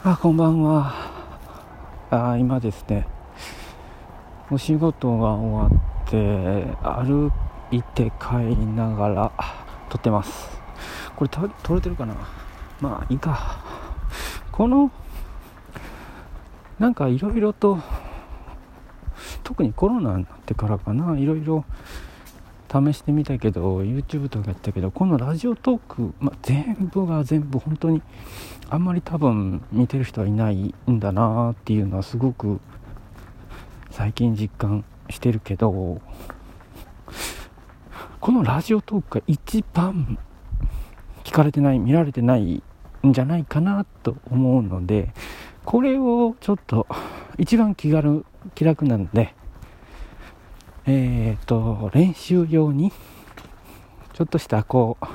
こんばんは。今ですね、お仕事が終わって歩いて帰りながら撮ってます。これ撮れてるかな。まあいいか。このなんかいろいろと、特にコロナになってからかな、いろいろ試してみたけど YouTube とかやったけど、このラジオトーク、全部が全部本当にあんまり多分見てる人はいないんだなっていうのはすごく最近実感してるけど、このラジオトークが一番聞かれてない、見られてないんじゃないかなと思うので、これをちょっと一番気楽なので、練習用にちょっとした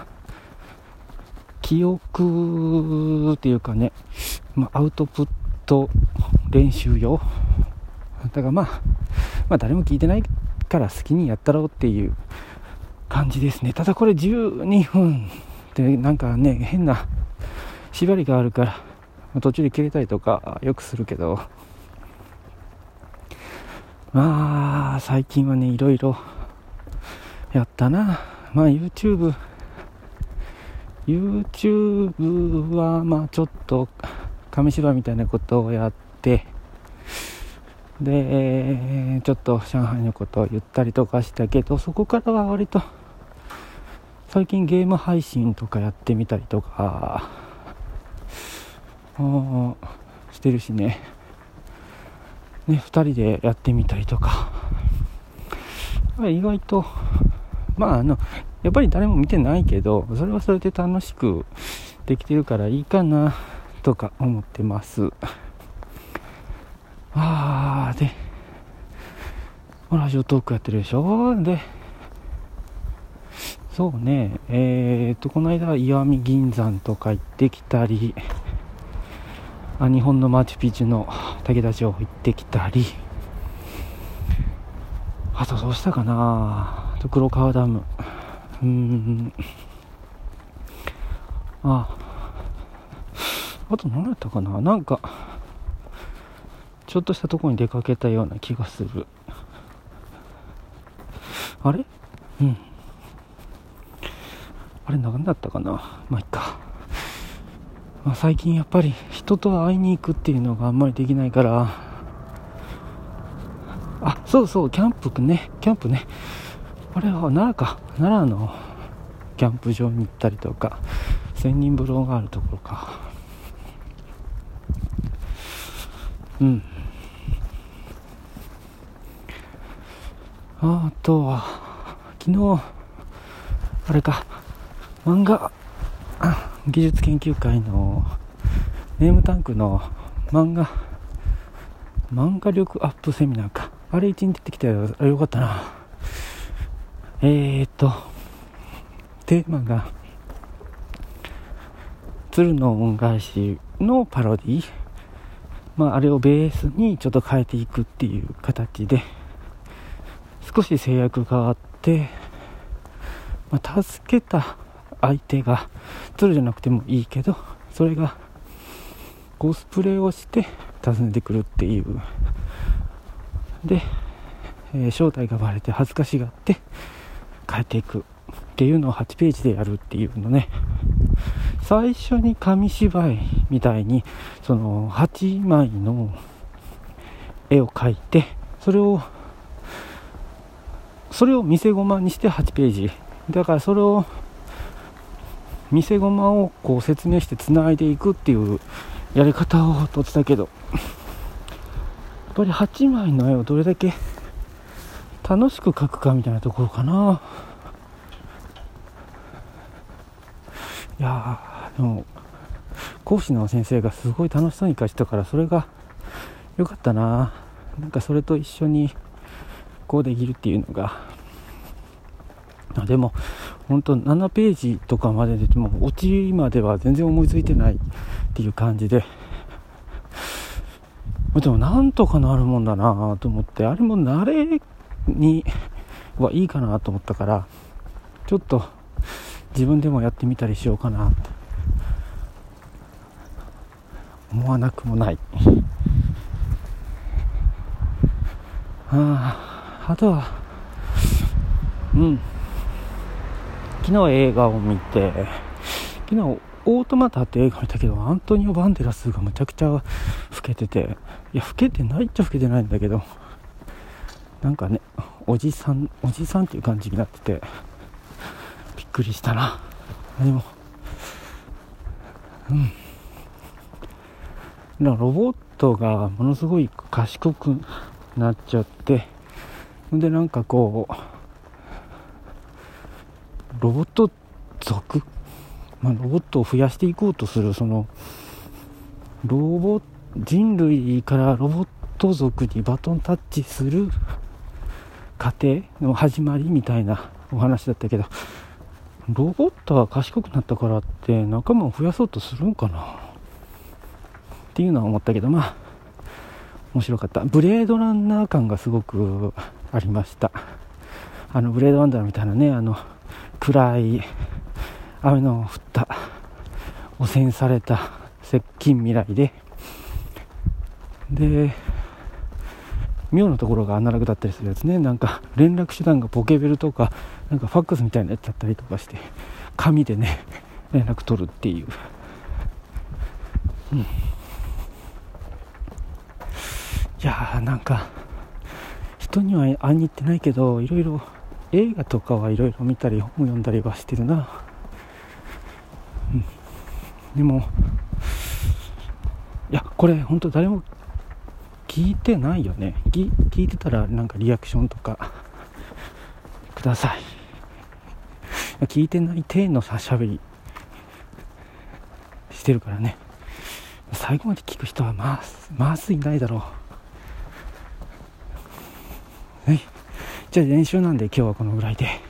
記憶っていうかね、アウトプット練習用だから誰も聞いてないから好きにやったろうっていう感じですね。ただこれ12分でなんかね、変な縛りがあるから途中で切れたりとかよくするけど、最近はねいろいろやったな。YouTube はちょっと紙芝居みたいなことをやって、でちょっと上海のことを言ったりとかしたけど、そこからは割と最近ゲーム配信とかやってみたりとかしてるしね、2人でやってみたりとか、意外とやっぱり誰も見てないけど、それはそれで楽しくできてるからいいかなとか思ってます。でラジオトークやってるでしょ。でそうね、この間石見銀山とか行ってきたり、日本のマチュピチュの武田城行ってきたり、あとどうしたかな、黒川ダム、あと何やったかな、なんかちょっとしたところに出かけたような気がする。あれ何だったかな。いっか。最近やっぱり人と会いに行くっていうのがあんまりできないから、そうキャンプね。あれは奈良のキャンプ場に行ったりとか、千人風呂があるところか。あとは昨日あれか、漫画技術研究会のネームタンクの漫画力アップセミナーか、あれ1日出てきたよ。よかったな。テーマが鶴の恩返しのパロディ、あれをベースにちょっと変えていくっていう形で、少し制約があって、助けた相手が鶴じゃなくてもいいけど、それがコスプレをして訪ねてくるっていうで、正体がバレて恥ずかしがって帰っていくっていうのを8ページでやるっていうのね。最初に紙芝居みたいにその8枚の絵を描いて、それを見せ駒にして8ページだから、それを見せ駒を説明してつないでいくっていうやり方をとってたけど、やっぱり8枚の絵をどれだけ楽しく描くかみたいなところかな。いやでも講師の先生がすごい楽しそうに描いてたから、それが良かったな。なんかそれと一緒にできるっていうのが、でも本当7ページとかまででもオチまでは全然思いついてないっていう感じで、でもなんとかなるもんだなと思って、あれも慣れにはいいかなと思ったから、ちょっと自分でもやってみたりしようかなって思わなくもない。あとは昨日映画を見て、昨日オートマタって映画見たけど、アントニオ・バンデラスがむちゃくちゃ老けてて、いや老けてないっちゃ老けてないんだけど、なんかね、おじさんっていう感じになっててびっくりしたな。でもロボットがものすごい賢くなっちゃって、でなんかこうロボット族、ロボットを増やしていこうとする、その人類からロボット族にバトンタッチする過程の始まりみたいなお話だったけど、ロボットは賢くなったからって仲間を増やそうとするんかなっていうのは思ったけど、面白かった。ブレードランナー感がすごくありました。ブレードランナーみたいなね、暗い雨の降った汚染された接近未来で妙なところがアナログだったりするやつね。なんか連絡手段がポケベルとかなんかファックスみたいなやつだったりとかして、紙でね連絡取るっていう、いやー、なんか人には会いに行ってないけど、いろいろ映画とかはいろいろ見たり本を読んだりはしてるな。でもいや、これ本当誰も聞いてないよね。聞いてたらなんかリアクションとかください。聞いてない体のしゃべりしてるからね、最後まで聞く人はまずいないだろう。はい、じゃあ練習なんで今日はこのぐらいで。